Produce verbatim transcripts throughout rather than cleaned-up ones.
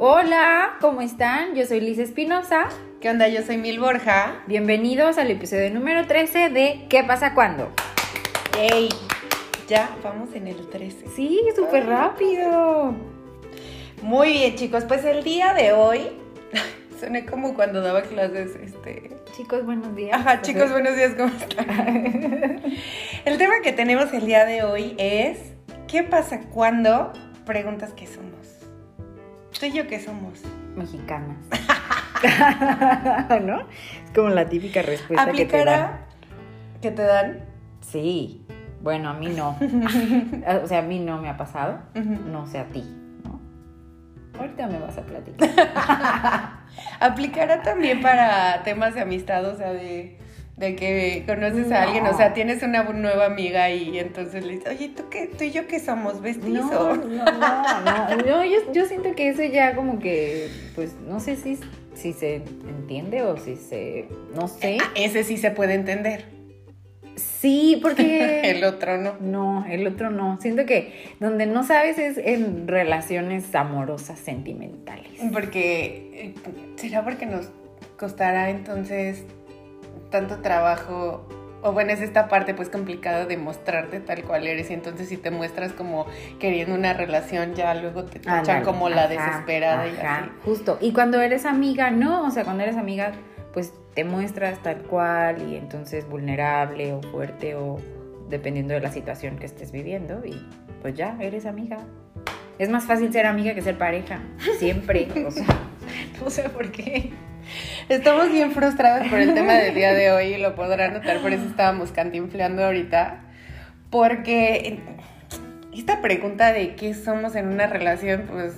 Hola, ¿cómo están? Yo soy Liz Espinosa. ¿Qué onda? Yo soy Mil Borja. Bienvenidos al episodio número trece de ¿Qué pasa cuando? ¡Ey! Ya vamos en el trece. Sí, súper rápido. Muy bien, chicos. Pues el día de hoy soné como cuando daba clases, este... Chicos, buenos días. Ajá, chicos, buenos días, ¿cómo están? El tema que tenemos el día de hoy es ¿qué pasa cuando preguntas qué somos? ¿Tú y yo qué somos? Mexicanas. ¿No? Es como la típica respuesta que te dan. ¿Aplicará que te dan? Sí. Bueno, a mí no. O sea, a mí no me ha pasado. Uh-huh. No sé a ti, ¿no? Ahorita me vas a platicar. ¿Aplicará también para temas de amistad? O sea, de, de que conoces no. a alguien, o sea, tienes una nueva amiga y entonces le dices, oye, ¿tú, qué, tú y yo qué somos? ¿Vestizo? No, no, no, no, no yo, yo siento que eso ya como que, pues, no sé si, si se entiende o si se, no sé. Ah, ese sí se puede entender. Sí, porque... El otro no. No, el otro no. Siento que donde no sabes es en relaciones amorosas, sentimentales. Porque, ¿será porque nos costará entonces tanto trabajo? O bueno, es esta parte pues complicada de mostrarte tal cual eres. Y entonces si te muestras como queriendo una relación, ya luego te tachan como la ajá, desesperada ajá, y así. Justo. Y cuando eres amiga, no. O sea, cuando eres amiga, pues te muestras tal cual y entonces vulnerable o fuerte o dependiendo de la situación que estés viviendo y pues ya, eres amiga. Es más fácil ser amiga que ser pareja, siempre, o sea, no sé por qué. Estamos bien frustrados por el tema del día de hoy y lo podrán notar, por eso estábamos cantinfleando ahorita, porque esta pregunta de qué somos en una relación, pues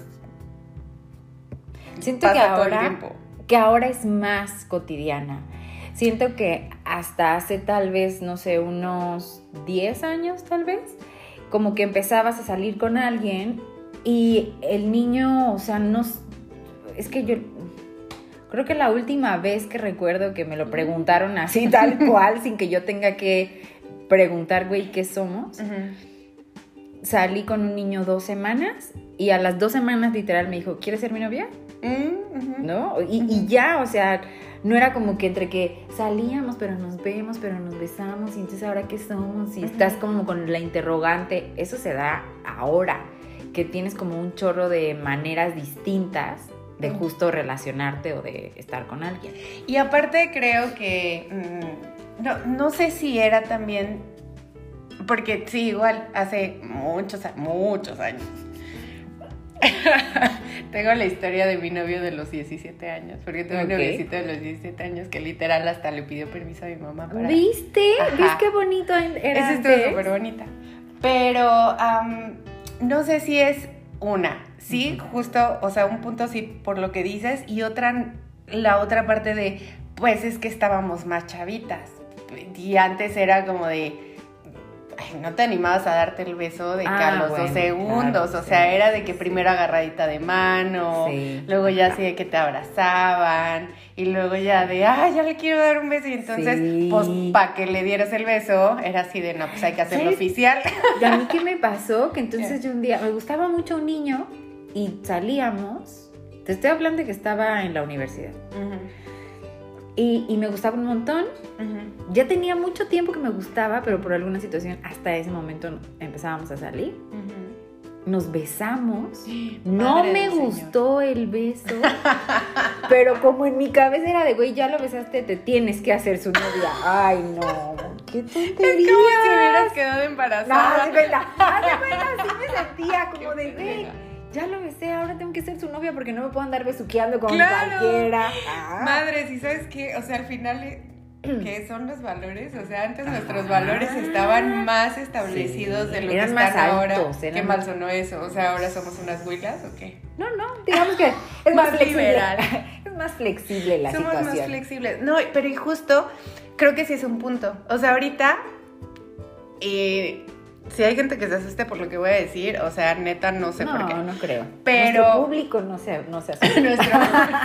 siento que ahora, que ahora es más cotidiana. Siento que hasta hace tal vez, no sé, unos diez años tal vez, como que empezabas a salir con alguien y el niño, o sea, no... Es que yo creo que la última vez que recuerdo que me lo preguntaron así tal cual, sin que yo tenga que preguntar, güey, ¿qué somos? Uh-huh. Salí con un niño dos semanas y a las dos semanas literal me dijo, ¿quieres ser mi novia? Uh-huh. ¿No? Y, uh-huh. y ya, o sea... No era como que entre que salíamos, pero nos vemos, pero nos besamos, y entonces ahora qué somos, y uh-huh. estás como con la interrogante. Eso se da ahora, que tienes como un chorro de maneras distintas de uh-huh. justo relacionarte o de estar con alguien. Y aparte creo que, mmm, no, no sé si era también, porque sí, igual hace muchos, muchos años. Tengo la historia de mi novio de los diecisiete años, porque tuve okay. un noviecito de los diecisiete años que literal hasta le pidió permiso a mi mamá para... ¿Viste? Ajá. ¿Ves qué bonito era? Esa estuvo súper bonita. Pero um, no sé si es una, sí, uh-huh. justo, o sea, un punto sí por lo que dices, y otra, la otra parte de, pues es que estábamos más chavitas, y antes era como de... Ay, no te animabas a darte el beso de que ah, a los bueno, dos segundos, claro, o sea, sí, era de que sí, primero agarradita de mano, sí, luego ya así de que te abrazaban, y luego ya de, ay, ya le quiero dar un beso, y entonces, sí. pues, para que le dieras el beso, era así de, no, pues hay que hacerlo ¿sí? oficial. ¿Y a mí qué me pasó? Que entonces yo un día, me gustaba mucho un niño, y salíamos, te estoy hablando de que estaba en la universidad, uh-huh. Y, y me gustaba un montón. Uh-huh. Ya tenía mucho tiempo que me gustaba, pero por alguna situación hasta ese momento empezábamos a salir. Uh-huh. Nos besamos. No Madre me gustó Señor. El beso, pero como en mi cabeza era de, güey, ya lo besaste, te tienes que hacer su novia. Ay, no, qué tontería. Es como si hubieras quedado embarazada. No, de verdad. Hace cuenta, así me sentía como de, güey, ya lo besé, ahora tengo que ser su novia porque no me puedo andar besuqueando con claro. cualquiera. Ah. Madres, ¿y sabes qué? O sea, al final, ¿qué son los valores? O sea, antes nuestros ah. valores estaban más establecidos sí. de lo eran que están ahora. Altos, ¿qué mal sonó eso? O sea, ¿ahora somos unas huilas o qué? No, no, digamos que es más, más liberal. Es más flexible la somos situación. Somos más flexibles. No, pero y justo, creo que sí es un punto. O sea, ahorita... Eh, si hay gente que se asuste por lo que voy a decir, o sea, neta, no sé no, por qué. No, no creo. Pero... Nuestro público no se, no se asusta. Nuestro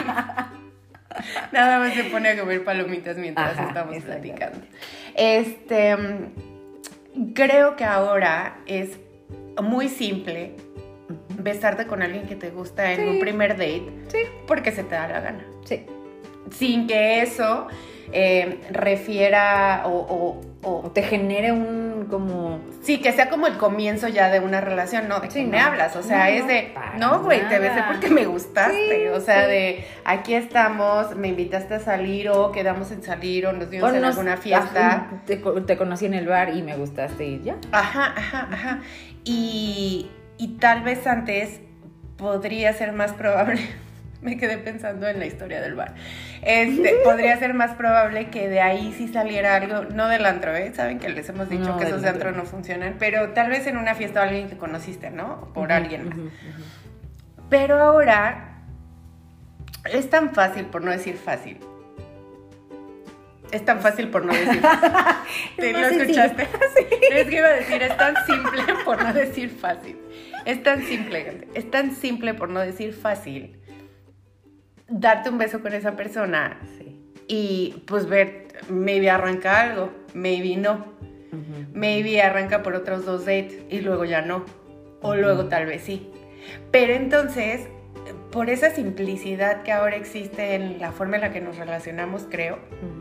nada más se pone a comer palomitas mientras Ajá, estamos exacto. platicando. Este, creo que ahora es muy simple besarte con alguien que te gusta en Sí. un primer date, Sí. porque se te da la gana. Sí. Sin que eso eh, refiera o, o, o- O te genere un como... sí, que sea como el comienzo ya de una relación, ¿no? ¿De Sí, qué no. me hablas? O sea, No, es no, de, para no, güey, te besé nada. porque me gustaste. Sí, o sea, sí. de, aquí estamos, me invitaste a salir o quedamos en salir o nos vimos o en nos- alguna fiesta. ah, Te, co- te conocí en el bar y me gustaste y ya. Ajá, ajá, ajá. Y, y tal vez antes podría ser más probable, me quedé pensando en la historia del bar, este, podría ser más probable que de ahí sí saliera algo, no del antro, ¿eh? Saben que les hemos dicho No, que del esos de antro. antro no funcionan, pero tal vez en una fiesta o alguien que conociste, ¿no? Por Ujú, alguien más. ujú, ujú. Pero ahora es tan fácil, por no decir fácil. Es tan fácil por no decir fácil. ¿Sí, Es lo más sencillo. escuchaste? Es que iba a decir, es tan simple por no decir fácil. Es tan simple, gente. Es tan simple por no decir fácil darte un beso con esa persona Sí. y pues ver, maybe arranca algo, maybe no. Ujú. Maybe arranca por otros dos dates y luego ya no. O luego tal vez sí. Pero entonces, por esa simplicidad que ahora existe en la forma en la que nos relacionamos, creo,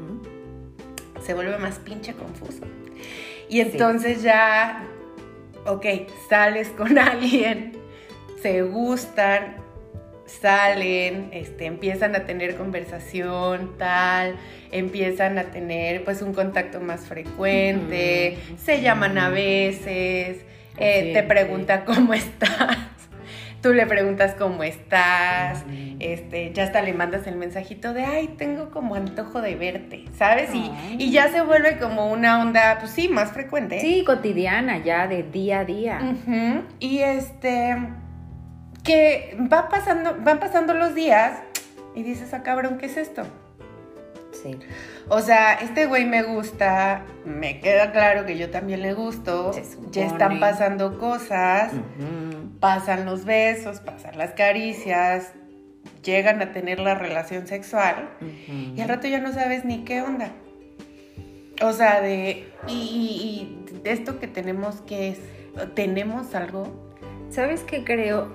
Ujú. se vuelve más pinche confuso. Y entonces sí. ya, ok, sales con alguien, se gustan, salen, este, empiezan a tener conversación, tal, empiezan a tener pues un contacto más frecuente, uh-huh. se llaman a veces, eh, sí, te preguntan sí. cómo estás. Tú le preguntas cómo estás, uh-huh. este, ya hasta le mandas el mensajito de, ay, tengo como antojo de verte, ¿sabes? Uh-huh. Y, y ya se vuelve como una onda, pues sí, más frecuente. Sí, cotidiana, ya de día a día. Uh-huh. Y este, que va pasando, van pasando los días y dices, ah, cabrón, ¿qué es esto? Sí. O sea, este güey me gusta, me queda claro que yo también le gusto, ya están pasando cosas, uh-huh. pasan los besos, pasan las caricias, llegan a tener la relación sexual uh-huh. y al rato ya no sabes ni qué onda. O sea, de, y, y, y de esto que tenemos, ¿qué es? ¿Tenemos algo? ¿Sabes qué creo?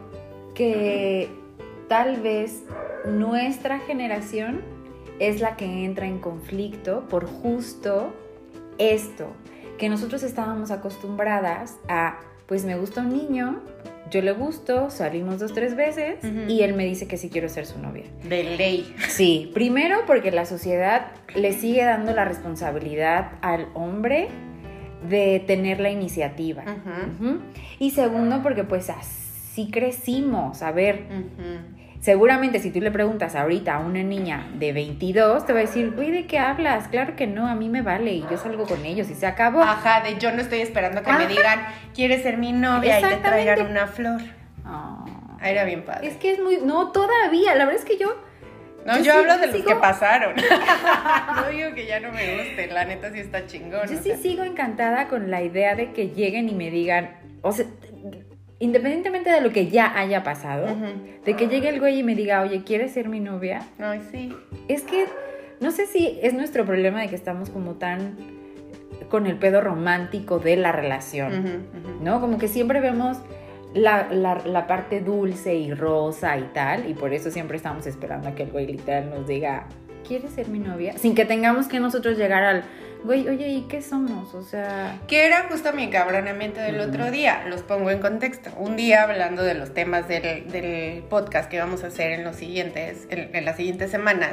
Que uh-huh. tal vez nuestra generación es la que entra en conflicto por justo esto, que nosotros estábamos acostumbradas a, pues me gusta un niño, yo le gusto, salimos dos, tres veces uh-huh. y él me dice que sí quiero ser su novia. De ley. Sí, primero porque la sociedad le sigue dando la responsabilidad al hombre de tener la iniciativa. Uh-huh. Uh-huh. Y segundo porque pues así crecimos, a ver... Uh-huh. Seguramente si tú le preguntas ahorita a una niña de veintidós, te va a decir, güey, ¿de qué hablas? Claro que no, a mí me vale y yo salgo con ellos y se acabó. Ajá, de yo no estoy esperando que Ajá. me digan, ¿quieres ser mi novia? Y te traigan una flor. Oh. Ah, era bien padre. Es que es muy... No, todavía, la verdad es que yo... No, yo, yo hablo de los sigo... que pasaron. No digo que ya no me guste, la neta sí está chingón. Yo sí sea. sigo encantada con la idea de que lleguen y me digan, o sea... Independientemente de lo que ya haya pasado, uh-huh. de que llegue el güey y me diga, oye, ¿quieres ser mi novia? Ay, sí. Es que, no sé si es nuestro problema de que estamos como tan con el pedo romántico de la relación, uh-huh, uh-huh. ¿no? Como que siempre vemos la, la, la parte dulce y rosa y tal, y por eso siempre estamos esperando a que el güey literal nos diga, ¿quieres ser mi novia? Sin que tengamos que nosotros llegar al... Güey, oye, ¿y qué somos? O sea... Que era justo mi encabronamiento del uh-huh. otro día. Los pongo en contexto. Un día hablando de los temas del, del podcast que vamos a hacer en los siguientes, en, en las siguientes semanas.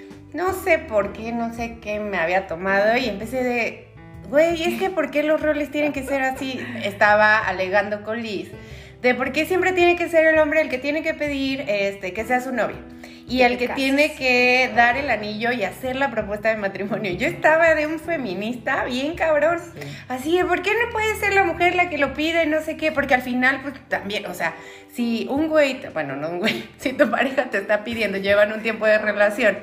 No sé por qué, no sé qué me había tomado y empecé de... Güey, es que ¿por qué los roles tienen que ser así? Estaba alegando con Liz de por qué siempre tiene que ser el hombre el que tiene que pedir este, que sea su novia. Y el que tiene que dar el anillo y hacer la propuesta de matrimonio. Yo estaba de un feminista bien cabrón. Sí. Así de, ¿por qué no puede ser la mujer la que lo pide? No sé qué. Porque al final, pues también, o sea, si un güey, bueno, no un güey, si tu pareja te está pidiendo, llevan un tiempo de relación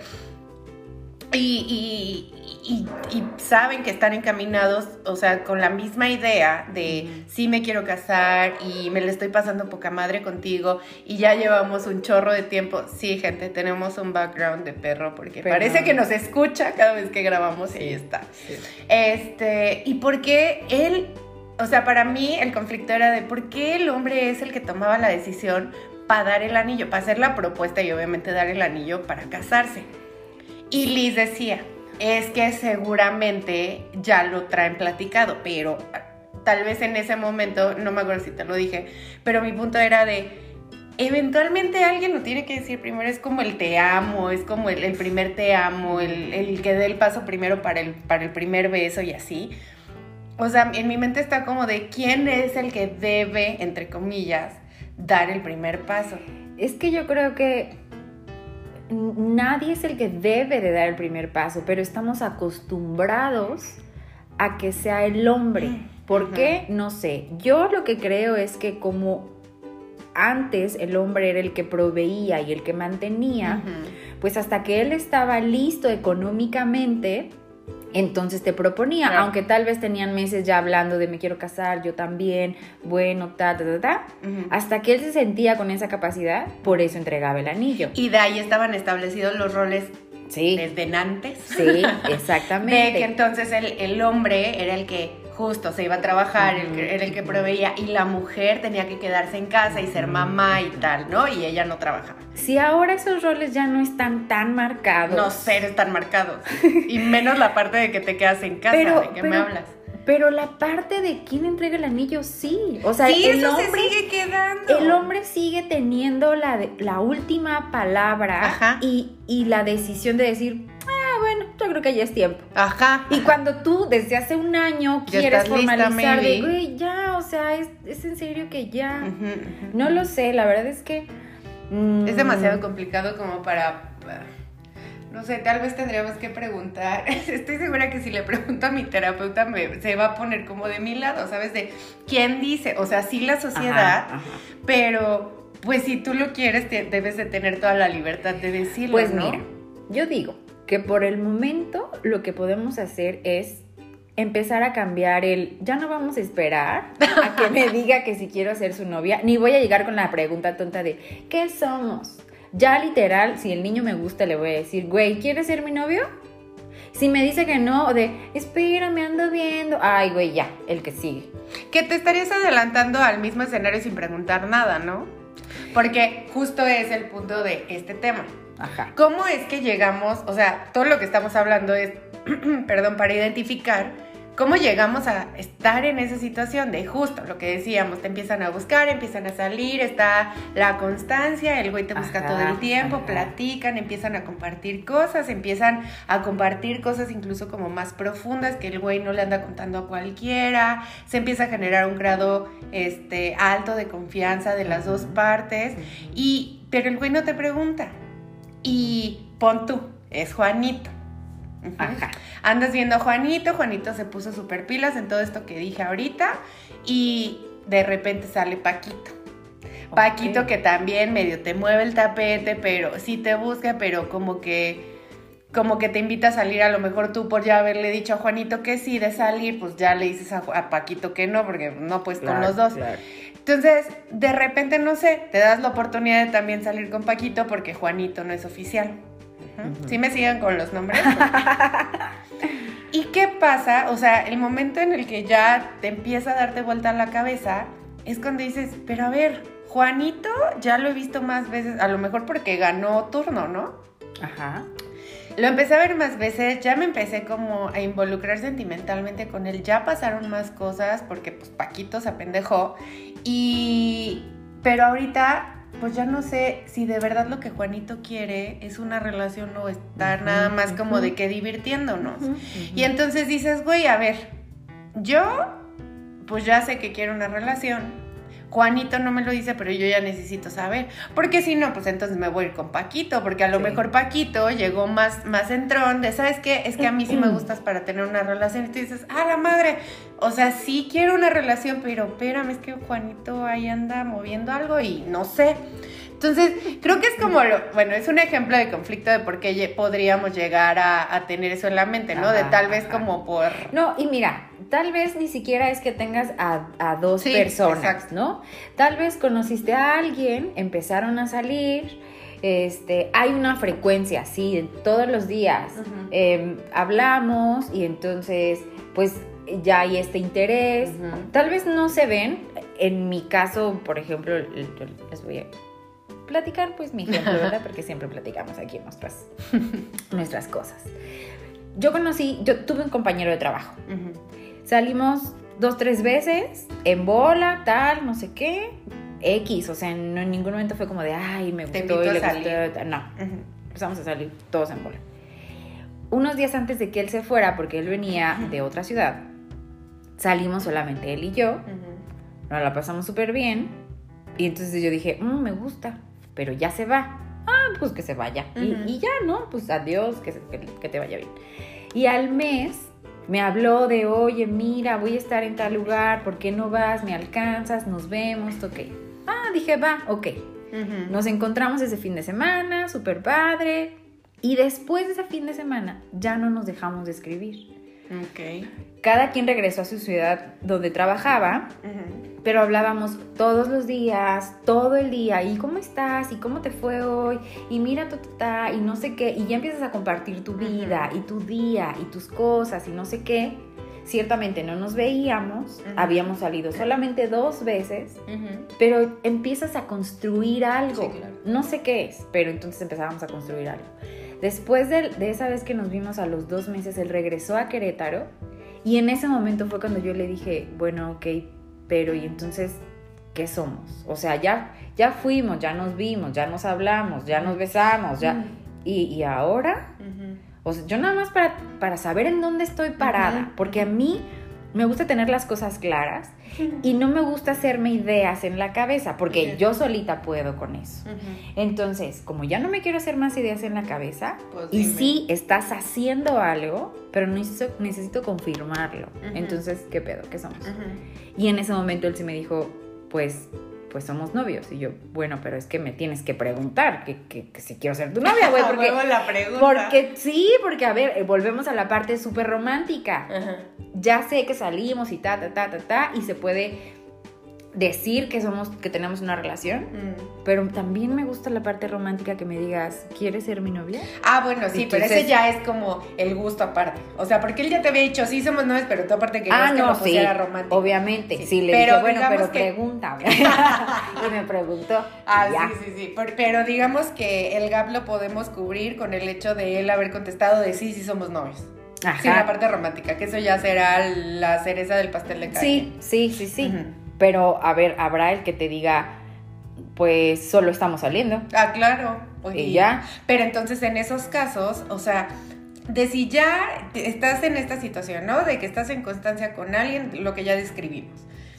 y, y, y, y saben que están encaminados, o sea, con la misma idea de uh-huh. sí me quiero casar y me le estoy pasando poca madre contigo y ya llevamos un chorro de tiempo. Sí, gente, tenemos un background de perro porque Pero... parece que nos escucha cada vez que grabamos sí. y ahí está. Sí. Este, y porque él o sea, para mí el conflicto era de por qué el hombre es el que tomaba la decisión para dar el anillo, para hacer la propuesta y obviamente dar el anillo para casarse. Y Liz decía, es que seguramente ya lo traen platicado, pero tal vez en ese momento, no me acuerdo si te lo dije, pero mi punto era de, eventualmente alguien lo tiene que decir primero, es como el te amo, es como el, el primer te amo, el, el que dé el paso primero para el, para el primer beso y así. O sea, en mi mente está como de quién es el que debe, entre comillas, dar el primer paso. Es que yo creo que nadie es el que debe de dar el primer paso, pero estamos acostumbrados a que sea el hombre. ¿Por qué? No sé. Yo lo que creo es que como antes el hombre era el que proveía y el que mantenía, uh-huh. pues hasta que él estaba listo económicamente, entonces te proponía, claro. aunque tal vez tenían meses ya hablando de me quiero casar, yo también, bueno, ta, ta, ta, ta, uh-huh. hasta que él se sentía con esa capacidad, por eso entregaba el anillo. Y de ahí estaban establecidos los roles sí. desde antes. Sí, exactamente. De que entonces el, el hombre era el que justo se iba a trabajar, uh-huh. el que, era el que proveía, y la mujer tenía que quedarse en casa y ser mamá y tal, ¿no? Y ella no trabajaba. Si ahora esos roles ya no están tan marcados. No sé, están marcados. Y menos la parte de que te quedas en casa, pero, ¿de qué pero, me hablas? Pero la parte de quién entrega el anillo, sí. O sea, sí, el eso hombre se sigue quedando. El hombre sigue teniendo la, de, la última palabra y, y la decisión de decir, ah, bueno, yo creo que ya es tiempo. Ajá. Y cuando tú desde hace un año ya quieres formalizar lista, de, güey, ya, o sea, es, es en serio que ya. Uh-huh, uh-huh. No lo sé, la verdad es que mm, es demasiado complicado como para... No sé, tal vez tendríamos que preguntar. Estoy segura que si le pregunto a mi terapeuta me, se va a poner como de mi lado, ¿sabes? De quién dice, o sea, sí la sociedad, ajá, ajá. pero pues si tú lo quieres te, debes de tener toda la libertad de decirlo, pues ¿no? Mira, yo digo que por el momento lo que podemos hacer es empezar a cambiar el, ya no vamos a esperar a que me diga que si quiero ser su novia, ni voy a llegar con la pregunta tonta de, ¿qué somos? Ya literal, si el niño me gusta, le voy a decir, güey, ¿quieres ser mi novio? Si me dice que no, o de, espera, me ando viendo, ay, güey, ya, el que sigue. Que te estarías adelantando al mismo escenario sin preguntar nada, ¿no? Porque justo es el punto de este tema. Ajá. ¿Cómo es que llegamos, o sea, todo lo que estamos hablando es, perdón, para identificar cómo llegamos a estar en esa situación de justo lo que decíamos, te empiezan a buscar, empiezan a salir, está la constancia, el güey te busca ajá, todo el tiempo, ajá. platican, empiezan a compartir cosas, empiezan a compartir cosas incluso como más profundas que el güey no le anda contando a cualquiera, se empieza a generar un grado este, alto de confianza de las dos partes, y, pero el güey no te pregunta, y pon tú, es Juanito. Ajá. Andas viendo a Juanito, Juanito se puso super pilas en todo esto que dije ahorita y de repente sale Paquito. Okay. Paquito que también medio te mueve el tapete, pero sí te busca, pero como que como que te invita a salir, a lo mejor tú por ya haberle dicho a Juanito que sí de salir, pues ya le dices a, a Paquito que no, porque no pues claro, con los dos. Claro. Entonces, de repente, no sé, te das la oportunidad de también salir con Paquito porque Juanito no es oficial. Uh-huh. ¿Sí me siguen con los nombres? ¿Y qué pasa? O sea, el momento en el que ya te empieza a darte vuelta la cabeza es cuando dices, pero a ver, Juanito ya lo he visto más veces, a lo mejor porque ganó turno, ¿no? Ajá. Lo empecé a ver más veces, ya me empecé como a involucrar sentimentalmente con él, ya pasaron más cosas porque pues Paquito se apendejó y... Pero ahorita... pues ya no sé si de verdad lo que Juanito quiere es una relación o estar uh-huh, nada más como uh-huh. de que divirtiéndonos. Uh-huh, uh-huh. Y entonces dices, güey, a ver, yo pues ya sé que quiero una relación. Juanito no me lo dice, pero yo ya necesito saber. Porque si no, pues entonces me voy a ir con Paquito, porque a lo sí. mejor Paquito llegó más, más entrón de, ¿sabes qué? Es que a mí sí me gustas para tener una relación. Y tú dices, ¡ah, la madre! O sea, sí quiero una relación, pero espérame, es que Juanito ahí anda moviendo algo y no sé. Entonces, creo que es como, lo, bueno, es un ejemplo de conflicto de por qué podríamos llegar a, a tener eso en la mente, ¿no? Ajá, de tal vez ajá. como por... No, y mira, tal vez ni siquiera es que tengas a, a dos sí, personas, exacto. ¿no? Tal vez conociste a alguien, empezaron a salir, este, hay una frecuencia, sí, todos los días uh-huh. eh, hablamos y entonces, pues... ya hay este interés. Uh-huh. Tal vez no se ven. En mi caso, por ejemplo, les voy a platicar pues mi ejemplo, ¿verdad? Porque siempre platicamos aquí nuestras, nuestras cosas. Yo conocí, yo tuve un compañero de trabajo. Uh-huh. Salimos dos, tres veces en bola, tal, no sé qué, X, o sea, no, en ningún momento fue como de, ay, me gustó y le gustó. No, uh-huh. Empezamos a salir todos en bola. Unos días antes de que él se fuera, porque él venía uh-huh. de otra ciudad, salimos solamente él y yo, uh-huh. nos la pasamos súper bien, y entonces yo dije, mmm, me gusta, pero ya se va. Ah, pues que se vaya. Uh-huh. Y, y ya, ¿no? Pues adiós, que, que, que te vaya bien. Y al mes me habló de, oye, mira, voy a estar en tal lugar, ¿por qué no vas? ¿Me alcanzas? Nos vemos, ok. Ah, dije, va, ok. Uh-huh. Nos encontramos ese fin de semana, súper padre. Y después de ese fin de semana, ya no nos dejamos de escribir. Ok. Cada quien regresó a su ciudad donde trabajaba, uh-huh. pero hablábamos todos los días, todo el día. ¿Y cómo estás? ¿Y cómo te fue hoy? Y mira, tu, tu, ta, y no sé qué. Y ya empiezas a compartir tu vida, uh-huh. y tu día, y tus cosas, y no sé qué. Ciertamente no nos veíamos, uh-huh. habíamos salido solamente dos veces, uh-huh. pero empiezas a construir algo. Sí, claro. No sé qué es, pero entonces empezábamos a construir algo. Después de, de esa vez que nos vimos a los dos meses, él regresó a Querétaro y en ese momento fue cuando yo le dije, bueno, ok, pero ¿y entonces qué somos? O sea, ya, ya fuimos, ya nos vimos, ya nos hablamos, ya nos besamos, ya... Uh-huh. ¿Y, y ahora? Uh-huh. O sea, yo nada más para, para saber en dónde estoy parada, uh-huh. porque a mí me gusta tener las cosas claras y no me gusta hacerme ideas en la cabeza, porque uh-huh. yo solita puedo con eso. Uh-huh. Entonces, como ya no me quiero hacer más ideas en la cabeza, pues y sí estás haciendo algo, pero necesito, necesito confirmarlo. Uh-huh. Entonces, ¿qué pedo? ¿Qué somos? Uh-huh. Y en ese momento él sí me dijo, pues... pues somos novios. Y yo, bueno, pero es que me tienes que preguntar que, que, que si quiero ser tu novia, güey. Porque, la pregunta. porque sí, porque a ver, volvemos a la parte súper romántica. Uh-huh. Ya sé que salimos y ta, ta, ta, ta, ta, y se puede decir que somos, que tenemos una relación, mm. pero también me gusta la parte romántica que me digas, ¿quieres ser mi novia? Ah, bueno, sí, entonces, pero ese ya es como el gusto aparte. O sea, porque él ya te había dicho, sí, somos novios, pero tú aparte querías ah, que no, lo pusiera sí, romántico. Obviamente, sí, sí le pero dije, bueno, pero que... pregúntame. Y me preguntó. Ah, ya. sí, sí, sí. Pero, pero digamos que el gap lo podemos cubrir con el hecho de él haber contestado de sí, sí somos novios. Ajá. Sí, la parte romántica, que eso ya será la cereza del pastel de carne. Sí, sí, sí, sí. Uh-huh. Pero, a ver, habrá el que te diga, pues, solo estamos saliendo. Ah, claro. Pues, y ya. Pero entonces, en esos casos, o sea, de si ya estás en esta situación, ¿no? De que estás en constancia con alguien, lo que ya describimos.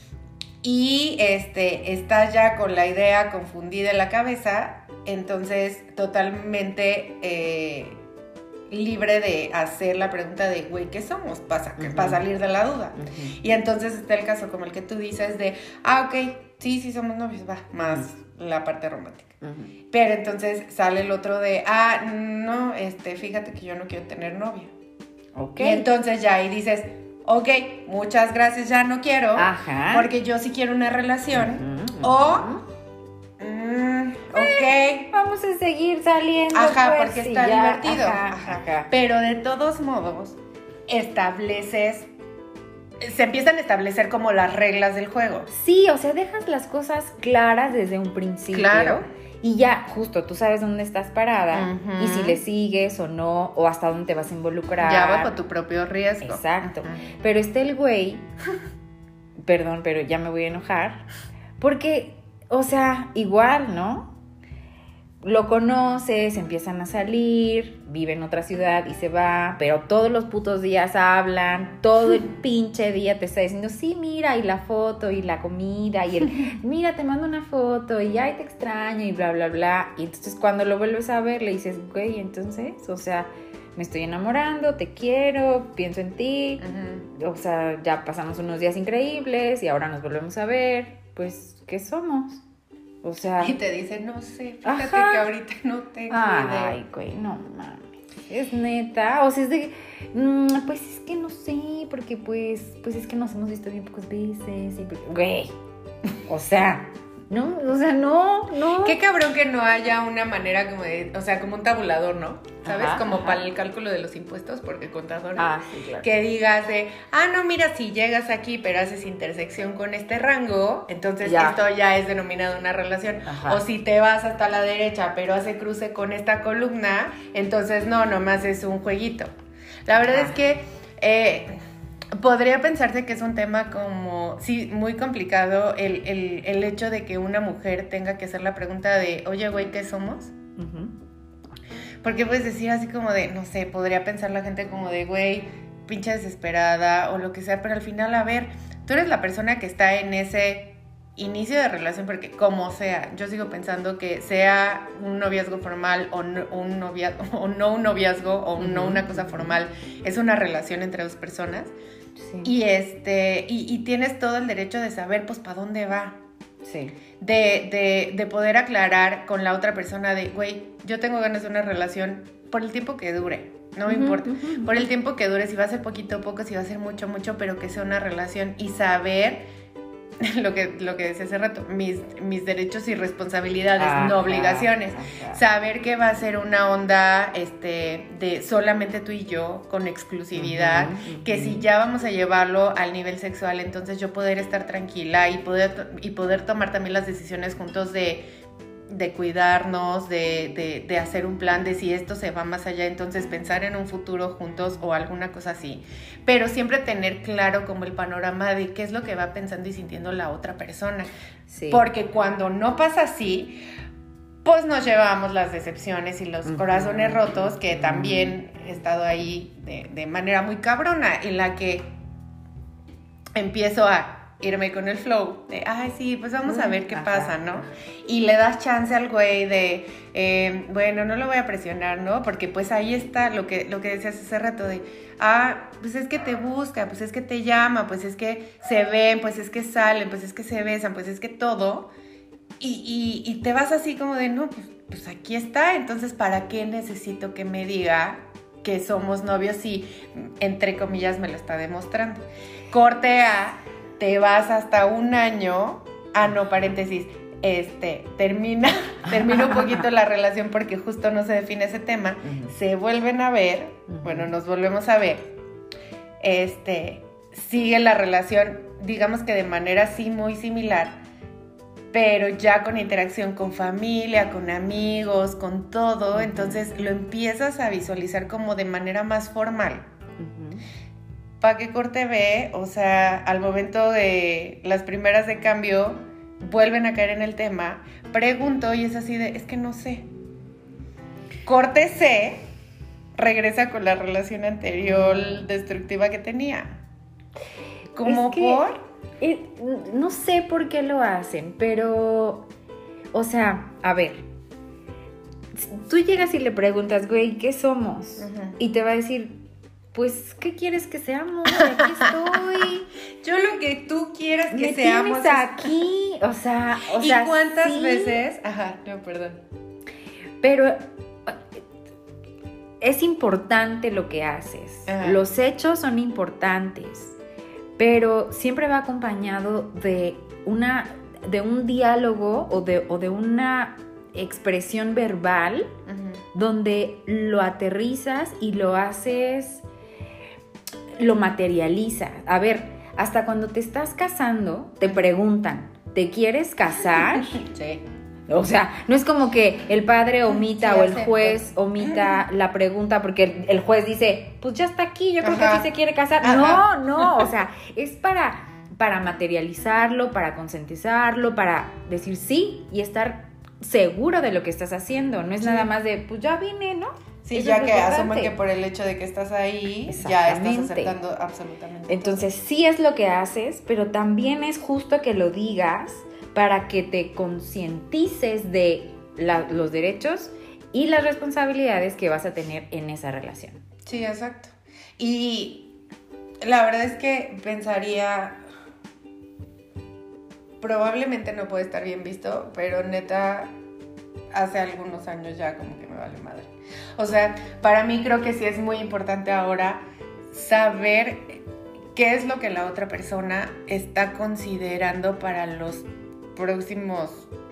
Y, este, estás ya con la idea confundida en la cabeza, entonces, totalmente... Eh, libre de hacer la pregunta de, güey, ¿qué somos? Para, uh-huh. para salir de la duda. Uh-huh. Y entonces está el caso como el que tú dices de, ah, ok, sí, sí somos novios, va, más uh-huh. la parte romántica. Uh-huh. Pero entonces sale el otro de, ah, no, este, fíjate que yo no quiero tener novia. Ok. Y entonces ya ahí dices, ok, muchas gracias, ya no quiero. Ajá. Porque yo sí quiero una relación. Uh-huh. O... Mm, ok, eh, vamos a seguir saliendo. Ajá, pues, porque está ya, divertido. Ajá, ajá. Ajá. Pero de todos modos, estableces, se empiezan a establecer como las reglas del juego. Sí, o sea, dejas las cosas claras desde un principio. Claro. Y ya, justo, tú sabes dónde estás parada, uh-huh. y si le sigues o no, o hasta dónde te vas a involucrar. Ya bajo tu propio riesgo. Exacto. Uh-huh. Pero está el güey, perdón, pero ya me voy a enojar, porque... O sea, igual, ¿no? Lo conoces, empiezan a salir, vive en otra ciudad y se va, pero todos los putos días hablan, todo el pinche día te está diciendo, sí, mira, y la foto, y la comida, y el, mira, te mando una foto, y ay, te extraño, y bla, bla, bla. Y entonces cuando lo vuelves a ver, le dices, güey, entonces, o sea, me estoy enamorando, te quiero, pienso en ti, uh-huh. o sea, ya pasamos unos días increíbles y ahora nos volvemos a ver, pues... ¿qué somos? O sea... Y te dice, no sé, fíjate ajá. que ahorita no tengo idea. Ay, güey, no mames. Es neta, o sea, es de... Mmm, pues es que no sé, porque pues... Pues es que nos hemos visto bien pocas veces y... Güey, o sea, No, o sea, no, no. Qué cabrón que no haya una manera como de, o sea, como un tabulador, ¿no? ¿Sabes? Ajá, como ajá. para el cálculo de los impuestos, porque contador. Ah, sí, claro. Que digas de, ah, no, mira, si llegas aquí pero haces intersección con este rango, entonces Ya. esto ya es denominado una relación. Ajá. O si te vas hasta la derecha pero hace cruce con esta columna, entonces no, nomás es un jueguito. La verdad Ajá. es que eh, podría pensarse que es un tema como, sí, muy complicado el, el, el hecho de que una mujer tenga que hacer la pregunta de, oye, güey, ¿qué somos? Uh-huh. Porque puedes decir así como de, no sé, podría pensar la gente como de, güey, pinche desesperada o lo que sea, pero al final, a ver, tú eres la persona que está en ese inicio de relación, porque como sea, yo sigo pensando que sea un noviazgo formal o no un noviazgo, o no un noviazgo o uh-huh. no una cosa formal, es una relación entre dos personas. Sí. Y, este, y, y tienes todo el derecho de saber, pues, para dónde va. Sí. De, de, de poder aclarar con la otra persona de, güey, yo tengo ganas de una relación por el tiempo que dure, no me uh-huh, importa, uh-huh. por el tiempo que dure, si va a ser poquito o poco, si va a ser mucho, mucho, pero que sea una relación y saber lo que, lo que decía hace rato, mis, mis derechos y responsabilidades, ajá, no obligaciones. Ajá. Saber que va a ser una onda este, de solamente tú y yo, con exclusividad, uh-huh, uh-huh. que si ya vamos a llevarlo al nivel sexual, entonces yo poder estar tranquila y poder, y poder tomar también las decisiones juntos de, de cuidarnos, de, de, de hacer un plan de si esto se va más allá, entonces pensar en un futuro juntos o alguna cosa así, pero siempre tener claro como el panorama de qué es lo que va pensando y sintiendo la otra persona, sí. Porque cuando no pasa así, pues nos llevamos las decepciones y los uh-huh. corazones rotos, que también he estado ahí de, de manera muy cabrona, en la que empiezo a irme con el flow, de, ay, sí, pues vamos a ver qué ajá, pasa, ¿no? Y le das chance al güey de, eh, bueno, no lo voy a presionar, ¿no? Porque pues ahí está lo que, lo que decías hace rato de, ah, pues es que te busca, pues es que te llama, pues es que se ven, pues es que salen, pues es que se besan, pues es que todo, y, y, y te vas así como de, no, pues, pues aquí está, entonces, ¿para qué necesito que me diga que somos novios si, entre comillas, me lo está demostrando? Corte a... te vas hasta un año, ah, no, paréntesis, este, termina, termina un poquito la relación porque justo no se define ese tema, uh-huh. se vuelven a ver, uh-huh. bueno, nos volvemos a ver, este, sigue la relación, digamos que de manera sí muy similar, pero ya con interacción con familia, con amigos, con todo, uh-huh. entonces lo empiezas a visualizar como de manera más formal. Uh-huh. ¿Para qué corte ve? O sea, al momento de las primeras de cambio, vuelven a caer en el tema, pregunto y es así de, es que no sé. Corte C, regresa con la relación anterior destructiva que tenía. ¿Cómo es que, por? Eh, no sé por qué lo hacen, pero, o sea, a ver, tú llegas y le preguntas, güey, ¿qué somos? Uh-huh. Y te va a decir, pues, ¿qué quieres que seamos? Aquí estoy. Yo lo que tú quieras que Me seamos. Tienes aquí, o sea, o ¿Y sea, cuántas sí, veces? Ajá, no, perdón. Pero es importante lo que haces. Ajá. Los hechos son importantes, pero siempre va acompañado de una, de un diálogo o de, o de una expresión verbal, uh-huh. donde lo aterrizas y lo haces, lo materializas. A ver, hasta cuando te estás casando, te preguntan, ¿te quieres casar? Sí. O sea, no es como que el padre omita sí, o el juez omita la pregunta porque el, el juez dice, pues ya está aquí, yo creo Ajá. que sí se quiere casar. Ajá. No, no, o sea, es para, para materializarlo, para concientizarlo, para decir sí y estar seguro de lo que estás haciendo. No es sí. nada más de, pues ya vine, ¿no? Sí, Eso ya que asumen que por el hecho de que estás ahí, ya estás aceptando absolutamente Entonces, todo. Sí es lo que haces, pero también es justo que lo digas para que te concientices de la, los derechos y las responsabilidades que vas a tener en esa relación. Sí, exacto. Y la verdad es que pensaría, probablemente no puede estar bien visto, pero neta, hace algunos años ya como que me vale madre. O sea, para mí creo que sí es muy importante ahora saber qué es lo que la otra persona está considerando para los próximos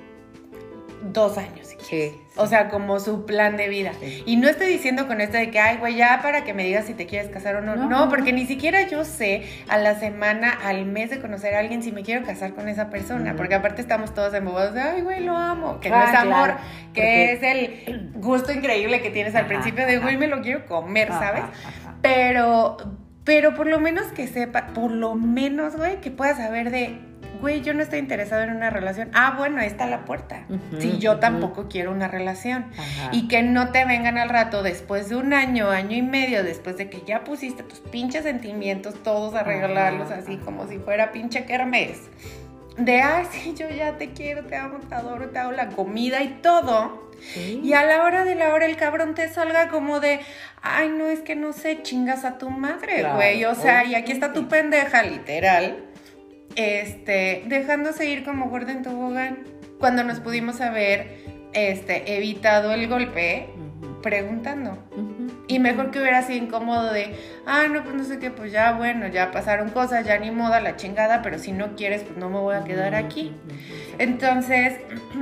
dos años, si quieres. Sí, sí. O sea, como su plan de vida. Sí. Y no estoy diciendo con esto de que, ay, güey, ya para que me digas si te quieres casar o no. No, no, porque ni siquiera yo sé a la semana, al mes de conocer a alguien si me quiero casar con esa persona. Mm. Porque aparte estamos todos embobados de, ay, güey, lo amo. Que ah, no es amor, claro, que porque... es el gusto increíble que tienes al ajá, principio de, güey, me lo quiero comer, ajá, ¿sabes? Ajá. Pero, pero por lo menos que sepa, por lo menos, güey, que pueda saber de... güey, yo no estoy interesado en una relación. Ah, bueno, ahí está la puerta. Uh-huh, si yo uh-huh. tampoco quiero una relación. Ajá. Y que no te vengan al rato después de un año, año y medio, después de que ya pusiste tus pinches sentimientos todos a regalarlos ajá, así ajá. como si fuera pinche kermés. De, ay, sí, yo ya te quiero, te amo, te adoro, te hago la comida y todo. ¿Sí? Y a la hora de la hora el cabrón te salga como de, ay, no, es que no sé, chingas a tu madre, claro, güey. O sea, y aquí está tu pendeja, literal. Este, dejándose ir como gorda en tobogán, cuando nos pudimos haber este, evitado el golpe uh-huh. preguntando. Uh-huh. Y mejor que hubiera sido incómodo de, ah, no, pues no sé qué, pues ya, bueno, ya pasaron cosas, ya ni moda la chingada, pero si no quieres, pues no me voy a quedar aquí. Uh-huh. Entonces,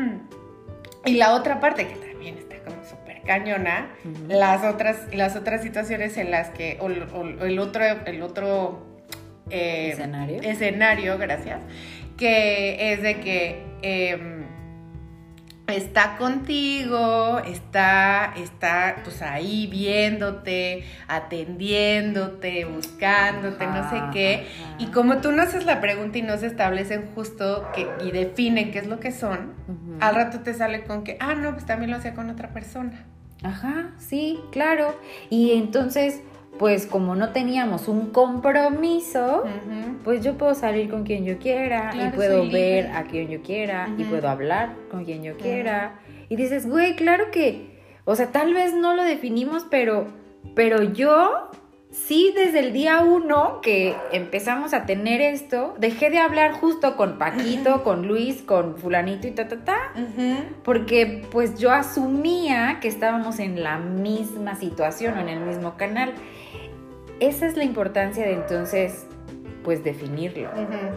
y la otra parte que también está como súper cañona, uh-huh. las otras, las otras situaciones en las que, o, o, o el otro, el otro Eh, escenario escenario, gracias, que es de que eh, está contigo, está, está pues ahí viéndote, atendiéndote, buscándote, ajá, no sé qué, ajá. Y como tú no haces la pregunta y no se establecen justo que, y definen qué es lo que son, uh-huh. al rato te sale con que, ah, no, pues también lo hacía con otra persona. Ajá, sí, claro, y entonces... pues como no teníamos un compromiso, uh-huh. pues yo puedo salir con quien yo quiera, claro, y puedo ver a quien yo quiera, uh-huh. y puedo hablar con quien yo quiera. Uh-huh. Y dices, güey, claro que, o sea, tal vez no lo definimos, pero, pero yo sí desde el día uno que empezamos a tener esto, dejé de hablar justo con Paquito, uh-huh. con Luis, con fulanito y ta, ta, ta, uh-huh. porque pues yo asumía que estábamos en la misma situación o en el mismo canal. Esa es la importancia de entonces, pues, definirlo. Uh-huh.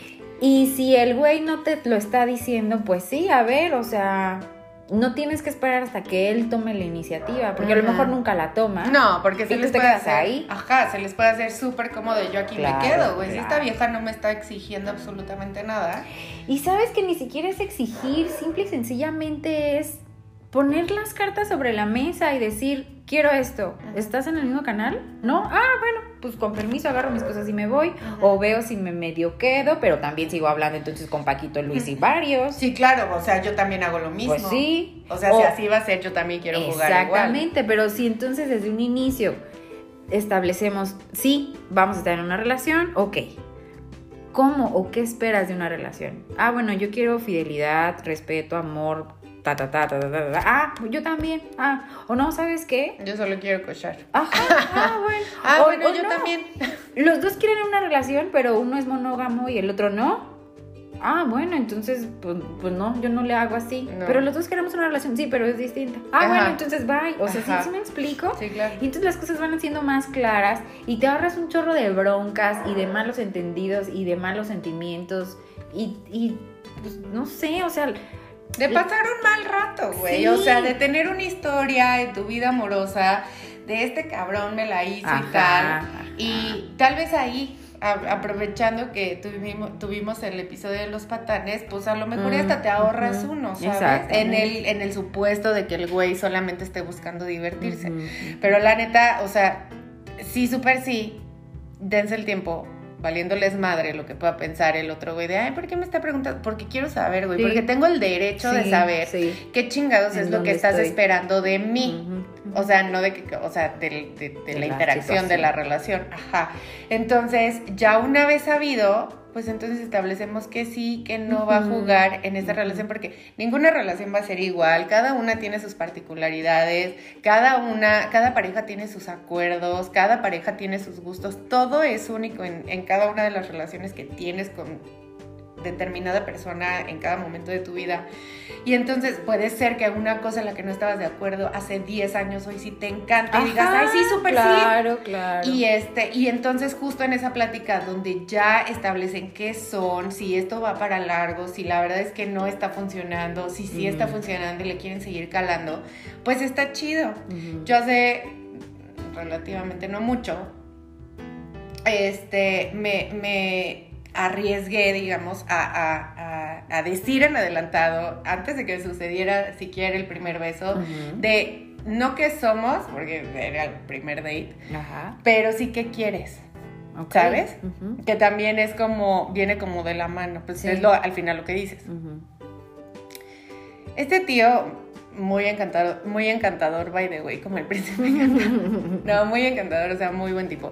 Y si el güey no te lo está diciendo, pues sí, a ver, o sea, no tienes que esperar hasta que él tome la iniciativa, porque uh-huh. a lo mejor nunca la toma. No, porque se les puede hacer ahí. Ajá, se les puede hacer súper cómodo, yo aquí claro, me quedo, güey. Claro. Si esta vieja no me está exigiendo absolutamente nada. Y sabes que ni siquiera es exigir, simple y sencillamente es poner las cartas sobre la mesa y decir, quiero esto, ¿estás en el mismo canal? ¿No? Ah, bueno, pues con permiso agarro mis cosas y me voy, uh-huh. o veo si me medio quedo, pero también sigo hablando entonces con Paquito, Luis y varios. Sí, claro, o sea, yo también hago lo mismo. Pues sí. O sea, o, si así va a ser, yo también quiero jugar igual. Exactamente, pero si entonces desde un inicio establecemos, sí, vamos a estar en una relación, ok. ¿Cómo o qué esperas de una relación? Ah, bueno, yo quiero fidelidad, respeto, amor, Ta, ta, ta, ta, ta, ta, ta. Ah, yo también. Ah, o no, ¿sabes qué? Yo solo quiero cochar. Ajá, ah, bueno. ah, o, bueno, o yo no. también. Los dos quieren una relación, pero uno es monógamo y el otro no. Ah, bueno, entonces, pues, pues no, yo no le hago así. No. Pero los dos queremos una relación, sí, pero es distinta. Ah, ajá. Bueno, entonces bye. O sea, ¿sí, ¿sí me explico? Sí, claro. Y entonces las cosas van siendo más claras y te ahorras un chorro de broncas y de malos entendidos y de malos sentimientos y, y pues, no sé, o sea... de pasar un mal rato, güey. Sí. O sea, de tener una historia en tu vida amorosa, de este cabrón me la hizo ajá, y tal. Ajá. Y tal vez ahí, a, aprovechando que tuvimos, tuvimos el episodio de los patanes, pues a lo mejor mm, hasta te ahorras uh-huh. uno, ¿sabes? En el, en el supuesto de que el güey solamente esté buscando divertirse. Uh-huh. Pero la neta, o sea, sí, súper sí, dense el tiempo. Valiéndoles madre lo que pueda pensar el otro güey de, ay, ¿por qué me está preguntando? Porque quiero saber, güey, sí. porque tengo el derecho sí, de saber sí. qué chingados es lo que estás estoy? esperando de mí. Uh-huh, uh-huh. O sea, no de que, o sea, de, de, de, de la, la interacción, situación. de la relación. Ajá. Entonces, ya una vez sabido, pues entonces establecemos que sí, que no uh-huh. va a jugar en esta uh-huh. relación, porque ninguna relación va a ser igual, cada una tiene sus particularidades, cada una, cada pareja tiene sus acuerdos, cada pareja tiene sus gustos, todo es único en, en cada una de las relaciones que tienes con determinada persona en cada momento de tu vida. Y entonces puede ser que una cosa en la que no estabas de acuerdo hace diez años, hoy sí te encanta y Ajá, digas, ay, sí, súper sí. Claro, claro. Y, este, y entonces justo en esa plática donde ya establecen qué son, si esto va para largo, si la verdad es que no está funcionando, si sí está funcionando y le quieren seguir calando, pues está chido. Uh-huh. Yo hace relativamente no mucho, este, me... me arriesgué, digamos, a, a, a, a decir en adelantado, antes de que sucediera siquiera el primer beso, uh-huh. de no qué somos, porque era el primer date, uh-huh. pero sí qué quieres, okay. ¿Sabes? Uh-huh. Que también es como, viene como de la mano, pues sí. Es lo, al final lo que dices. Uh-huh. Este tío, muy encantador, muy encantador, by the way, como el príncipe encantador. No, muy encantador, o sea, muy buen tipo.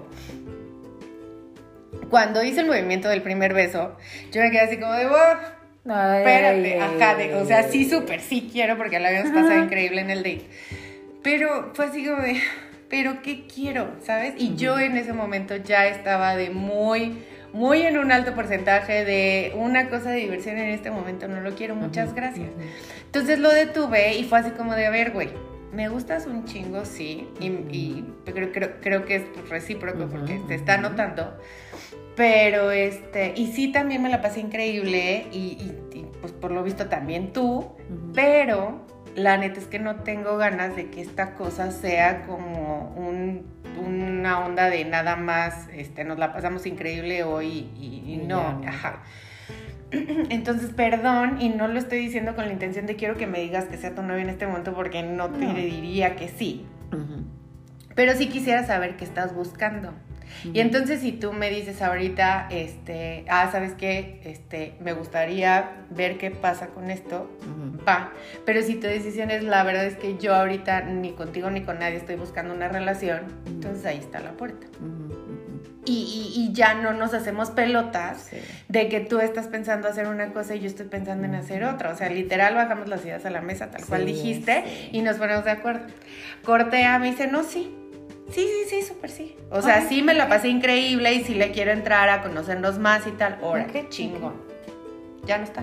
Cuando hice el movimiento del primer beso, yo me quedé así como de, wow, ay, espérate, ay, ajá, de, o sea, sí, súper, sí quiero, porque la habíamos pasado increíble en el date. Pero fue así como de, pero ¿qué quiero? ¿Sabes? Y uh-huh. yo en ese momento ya estaba de muy, muy en un alto porcentaje de una cosa de diversión en este momento, no lo quiero, muchas uh-huh. gracias. Uh-huh. Entonces lo detuve y fue así como de, a ver, güey, me gustas un chingo, sí, y, y creo, creo, creo que es recíproco uh-huh. porque te está notando. Pero, este, y sí también me la pasé increíble y, y, y pues por lo visto también tú, uh-huh. pero la neta es que no tengo ganas de que esta cosa sea como un, una onda de nada más, este, nos la pasamos increíble hoy y, y no, yeah. ajá. Entonces, perdón, y no lo estoy diciendo con la intención de quiero que me digas que sea tu novio en este momento porque no te no. diría que sí. Uh-huh. Pero sí quisiera saber qué estás buscando. Uh-huh. Y entonces si tú me dices ahorita, este, ah, ¿sabes qué? Este, me gustaría ver qué pasa con esto, uh-huh. va. Pero si tu decisión es, la verdad es que yo ahorita ni contigo ni con nadie estoy buscando una relación, uh-huh. entonces ahí está la puerta. Uh-huh. Y, y, y ya no nos hacemos pelotas sí. de que tú estás pensando hacer una cosa y yo estoy pensando en hacer otra. O sea, literal bajamos las ideas a la mesa, tal sí, cual dijiste, sí. y nos ponemos de acuerdo. Cortea me dice, no, sí. Sí, sí, sí, súper sí. O sea, okay. sí me la pasé increíble y sí le quiero entrar a conocernos más y tal. Ahora, qué chingón. Ya no está.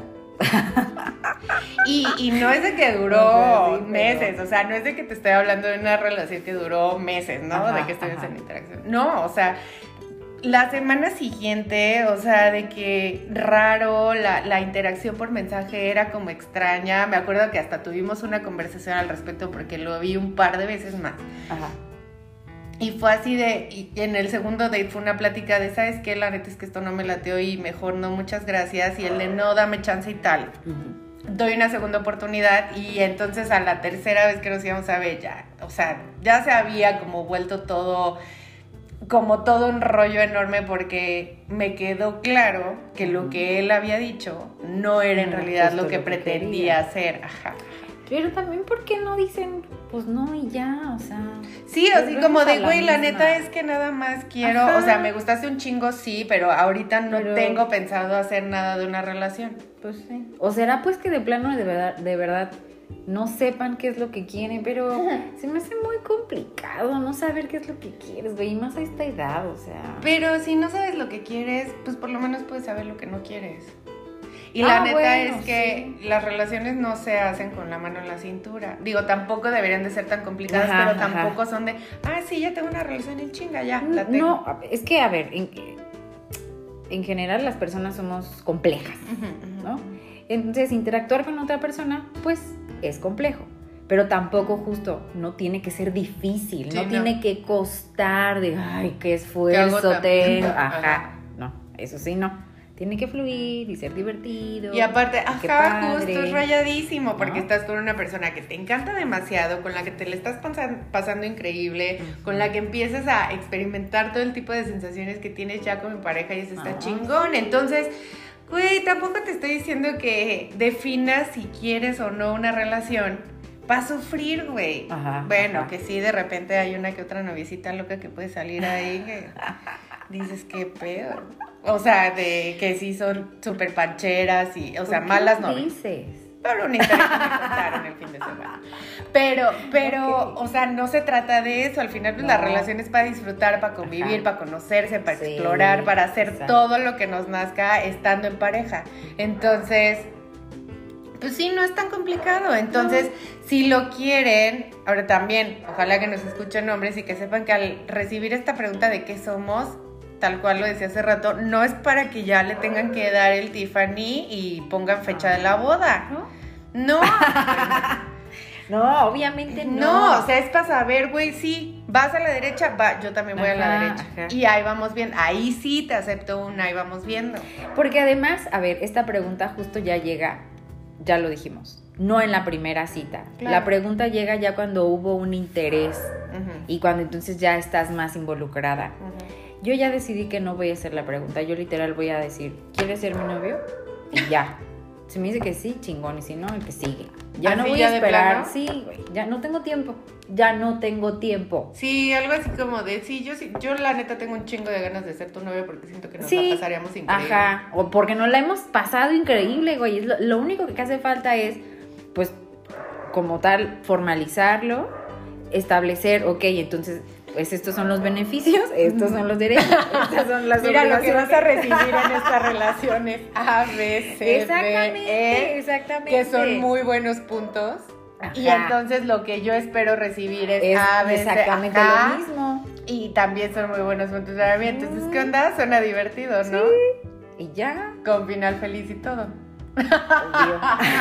y, y no es de que duró o sea, sí, meses, pero... o sea, no es de que te estoy hablando de una relación que duró meses, ¿no? Ajá, de que estuvimos en interacción. No, o sea, la semana siguiente, o sea, de que raro, la, la interacción por mensaje era como extraña. Me acuerdo que hasta tuvimos una conversación al respecto porque lo vi un par de veces más. Ajá. Y fue así de, y en el segundo date fue una plática de, ¿sabes qué? La neta es que esto no me lateó y mejor no, muchas gracias. Y el de, no, dame chance y tal. Uh-huh. Doy una segunda oportunidad y entonces a la tercera vez que nos íbamos a ver ya, o sea, ya se había como vuelto todo, como todo un rollo enorme porque me quedó claro que lo que él había dicho no era en realidad lo que, lo que pretendía hacer. Ajá. Pero también, ¿por qué no dicen, pues no y ya? O sea... Sí, o sí, como de, güey, la, la neta es que nada más quiero... Ajá. O sea, me gustaste un chingo, sí, pero ahorita no pero... tengo pensado hacer nada de una relación. Pues sí. O será pues que de plano, de verdad, de verdad, no sepan qué es lo que quieren, pero Ajá. se me hace muy complicado no saber qué es lo que quieres, güey, y más a esta edad, o sea... Pero si no sabes lo que quieres, pues por lo menos puedes saber lo que no quieres. Y la ah, neta bueno, es que sí. las relaciones no se hacen con la mano en la cintura. Digo, tampoco deberían de ser tan complicadas, ajá, pero tampoco ajá. son de, ah, sí, ya tengo una relación en chinga, ya, la tengo. No, es que, a ver, en, en general las personas somos complejas, uh-huh, uh-huh. ¿no? Entonces, interactuar con otra persona, pues, es complejo. Pero tampoco justo, no tiene que ser difícil, sí, no, no tiene que costar de, ay, qué esfuerzo tengo. Ajá, ajá, no, eso sí, no. Tiene que fluir y ser divertido. Y aparte, ajá, justo es rayadísimo, porque ¿no? estás con una persona que te encanta demasiado, con la que te le estás pasando, pasando increíble, uh-huh. con la que empiezas a experimentar todo el tipo de sensaciones que tienes ya con mi pareja y eso está uh-huh. chingón. Entonces, güey, tampoco te estoy diciendo que definas si quieres o no una relación. Va a sufrir, güey. Ajá, bueno, ajá. que sí, de repente hay una que otra noviecita loca que puede salir ahí que dices, qué pedo. O sea, de que sí son súper pancheras y, o sea, malas novias. ¿Qué dices? Por una historia que me contaron el fin de semana. Pero, pero, okay. o sea, no se trata de eso. Al final, pues, no. la relación es para disfrutar, para convivir, Ajá. para conocerse, para sí, explorar, para hacer exacto. todo lo que nos nazca estando en pareja. Entonces, pues sí, no es tan complicado. Entonces, no. si lo quieren, ahora también, ojalá que nos escuchen hombres y que sepan que al recibir esta pregunta de qué somos, tal cual lo decía hace rato, no es para que ya le tengan que dar el Tiffany y pongan fecha de la boda. No. No, no obviamente no. No, o sea, es para saber, güey, sí, vas a la derecha, va, yo también voy ajá, a la derecha. Ajá. Y ahí vamos bien, ahí sí te acepto una, ahí vamos viendo. Porque además, a ver, esta pregunta justo ya llega, ya lo dijimos, no en la primera cita. Claro. La pregunta llega ya cuando hubo un interés uh-huh. y cuando entonces ya estás más involucrada. Uh-huh. Yo ya decidí que no voy a hacer la pregunta. Yo literal voy a decir, ¿quieres ser mi novio? Y ya. Si me dice que sí, chingón. Y si no, el que sigue. Ya no voy a esperar. Sí, güey. Ya no tengo tiempo. Ya no tengo tiempo. Sí, algo así como de, sí, yo sí, yo la neta tengo un chingo de ganas de ser tu novio porque siento que nos sí. la pasaríamos increíble. Ajá. O porque nos la hemos pasado increíble, güey. Lo, lo único que hace falta es, pues, como tal, formalizarlo, establecer, ok, entonces... pues estos son los beneficios, estos son los derechos, estas son las Mira lo que vas a recibir en estas relaciones A, B, C, exactamente, D, E, exactamente. Que son muy buenos puntos. Ajá. Y entonces lo que yo espero recibir es, es A, B, C, exactamente ajá, lo mismo. Y también son muy buenos puntos para mí. Entonces, ¿qué onda? Suena divertido, ¿no? Sí. Y ya. Con final feliz y todo. Obvio.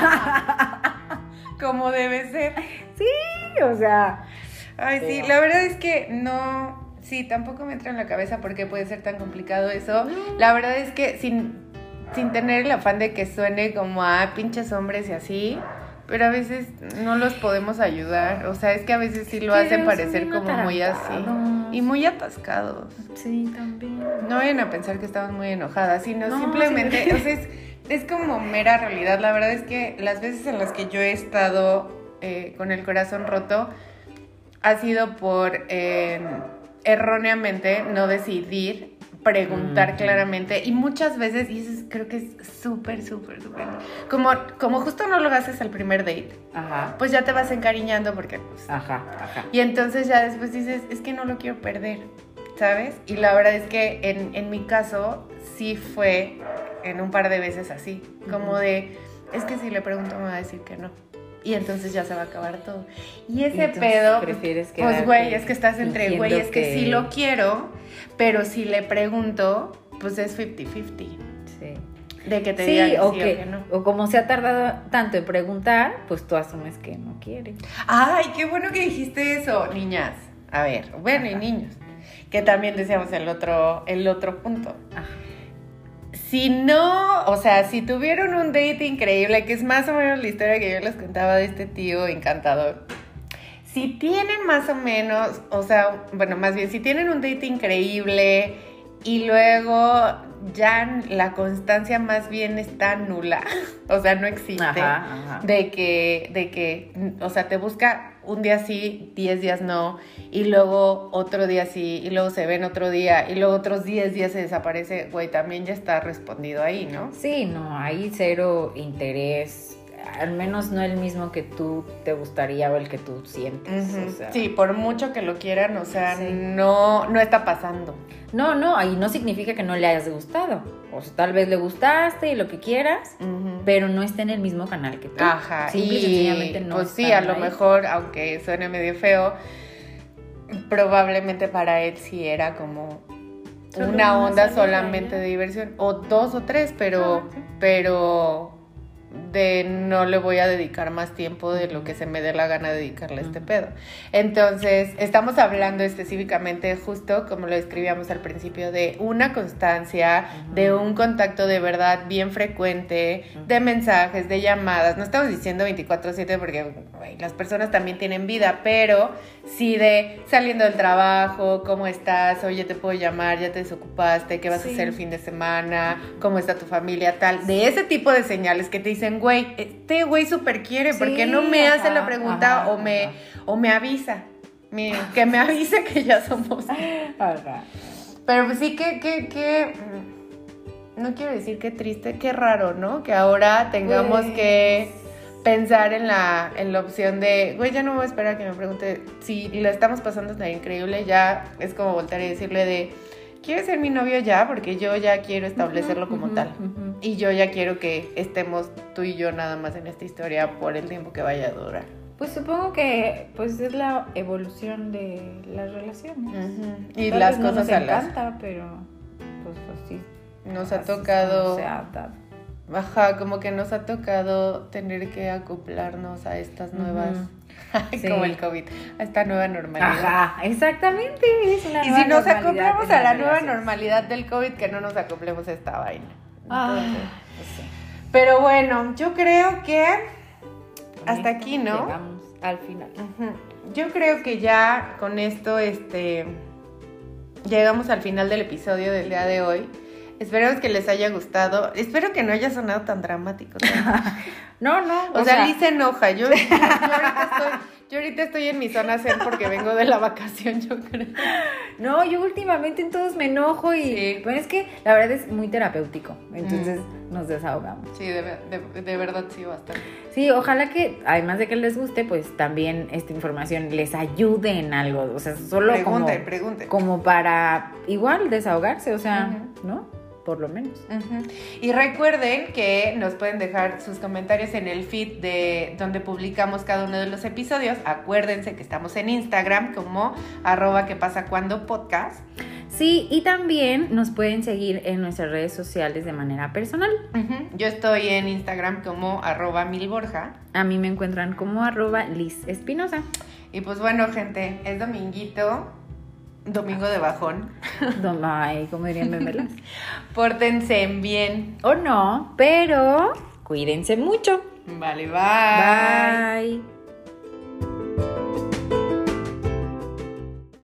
Como debe ser. Sí, o sea... Ay, pero... sí, la verdad es que no, sí, tampoco me entra en la cabeza por qué puede ser tan complicado eso. No. La verdad es que sin, sin tener el afán de que suene como a pinches hombres y así, pero a veces no los podemos ayudar. O sea, es que a veces sí lo hacen parecer como muy así. Y muy atascados. Sí, también. No vayan a pensar que estamos muy enojadas, sino no, simplemente, sí. o sea, es, es como mera realidad. La verdad es que las veces en las que yo he estado eh, con el corazón roto, ha sido por eh, erróneamente no decidir, preguntar mm. claramente, y muchas veces, y eso es, creo que es súper, súper, súper, como, como justo no lo haces al primer date, ajá. pues ya te vas encariñando porque pues, ajá, ajá. Y entonces ya después dices, es que no lo quiero perder, ¿sabes? Y la verdad es que en, en mi caso sí fue en un par de veces así, como de, es que si le pregunto me va a decir que no. Y entonces ya se va a acabar todo. Y ese y pedo, prefieres que pues güey, es que estás entre, güey, es que... que sí lo quiero, pero si le pregunto, pues es cincuenta cincuenta. Sí. De que te sí, digan o sí que, o que no. O como se ha tardado tanto en preguntar, pues tú asumes que no quiere. Ay, qué bueno que dijiste eso, niñas. A ver, bueno, Ajá. y niños, que también decíamos el otro, el otro punto. Ajá. Si no, o sea, si tuvieron un date increíble, que es más o menos la historia que yo les contaba de este tío encantador. Si tienen más o menos, o sea, bueno, más bien, si tienen un date increíble y luego ya la constancia más bien está nula, o sea, no existe, ajá, ajá. de que, de que, o sea, te busca un día sí, diez días no, y luego otro día sí, y luego se ven otro día, y luego otros diez días se desaparece, güey, también ya está respondido ahí, ¿no? Sí, no, hay cero interés, al menos no el mismo que tú te gustaría o el que tú sientes. Uh-huh. O sea, sí, por mucho que lo quieran, o sea, sí. no, no está pasando. No, no, ahí no significa que no le hayas gustado. O sea, tal vez le gustaste y lo que quieras, uh-huh. pero no está en el mismo canal que tú. Ajá, simple y, y sencillamente no. Pues sí, a lo ahí. Mejor, aunque suene medio feo, probablemente para él sí era como Solo una onda salida, solamente ya. de diversión. O dos o tres, pero, ah, sí. pero de no le voy a dedicar más tiempo de lo que se me dé la gana de dedicarle a uh-huh. este pedo. Entonces, estamos hablando específicamente, justo como lo describíamos al principio, de una constancia, uh-huh. de un contacto de verdad bien frecuente, uh-huh. de mensajes, de llamadas. No estamos diciendo veinticuatro siete porque güey, las personas también tienen vida, pero sí de saliendo del trabajo, ¿cómo estás? Oye, te puedo llamar, ya te desocupaste, ¿qué vas sí. a hacer el fin de semana? ¿Cómo está tu familia? Tal, de ese tipo de señales que te dicen, güey, este güey súper quiere, sí, ¿por qué no me ajá, hace la pregunta ajá, o, me, o me avisa? Me, que me avise que ya somos. Ajá. Pero pues sí, que, que, que, no quiero decir que triste, qué raro, ¿no? Que ahora tengamos pues... que pensar en la, en la opción de, güey, ya no voy a esperar a que me pregunte si la estamos pasando tan increíble, ya es como voltar y decirle de, ¿quieres ser mi novio ya? Porque yo ya quiero establecerlo uh-huh, como uh-huh, tal. Uh-huh. Y yo ya quiero que estemos tú y yo nada más en esta historia por el tiempo que vaya a durar. Pues supongo que pues es la evolución de las relaciones. Uh-huh. Y Tal las cosas no nos a las... encanta, pero pues así. Nos ha tocado... Se adapta. Ajá, como que nos ha tocado tener que acoplarnos a estas nuevas, uh-huh. sí. como el COVID, a esta nueva normalidad. Ajá, exactamente. Es una y si nos acoplamos a la nueva normalidad del COVID, que no nos acoplemos a esta vaina. Entonces, ah, pues sí. Pero bueno, yo creo que hasta aquí, ¿no? Llegamos al final. Uh-huh. Yo creo que ya con esto, este, llegamos al final del episodio del día de hoy. Esperemos que les haya gustado. Espero que no haya sonado tan dramático. No, no. O, o sea, Liz se enoja. Yo, yo, ahorita estoy, yo ahorita estoy en mi zona zen porque vengo de la vacación, yo creo. No, yo últimamente en todos me enojo y... Sí. Bueno, es que la verdad es muy terapéutico. Entonces mm. nos desahogamos. Sí, de, de, de verdad sí, bastante. Sí, ojalá que, además de que les guste, pues también esta información les ayude en algo. O sea, solo pregunten, como... Pregunten, Como para igual desahogarse, o sea, uh-huh. ¿no? Por lo menos. Uh-huh. Y recuerden que nos pueden dejar sus comentarios en el feed de donde publicamos cada uno de los episodios. Acuérdense que estamos en Instagram como arroba que pasa cuando podcast. Sí, y también nos pueden seguir en nuestras redes sociales de manera personal. Uh-huh. Yo estoy en Instagram como arroba milborja. A mí me encuentran como arroba Liz Espinosa. Y pues bueno, gente, es dominguito. Domingo de bajón. Ay, como dirían memelas. Pórtense bien. O no, pero cuídense mucho. Vale, bye. Bye.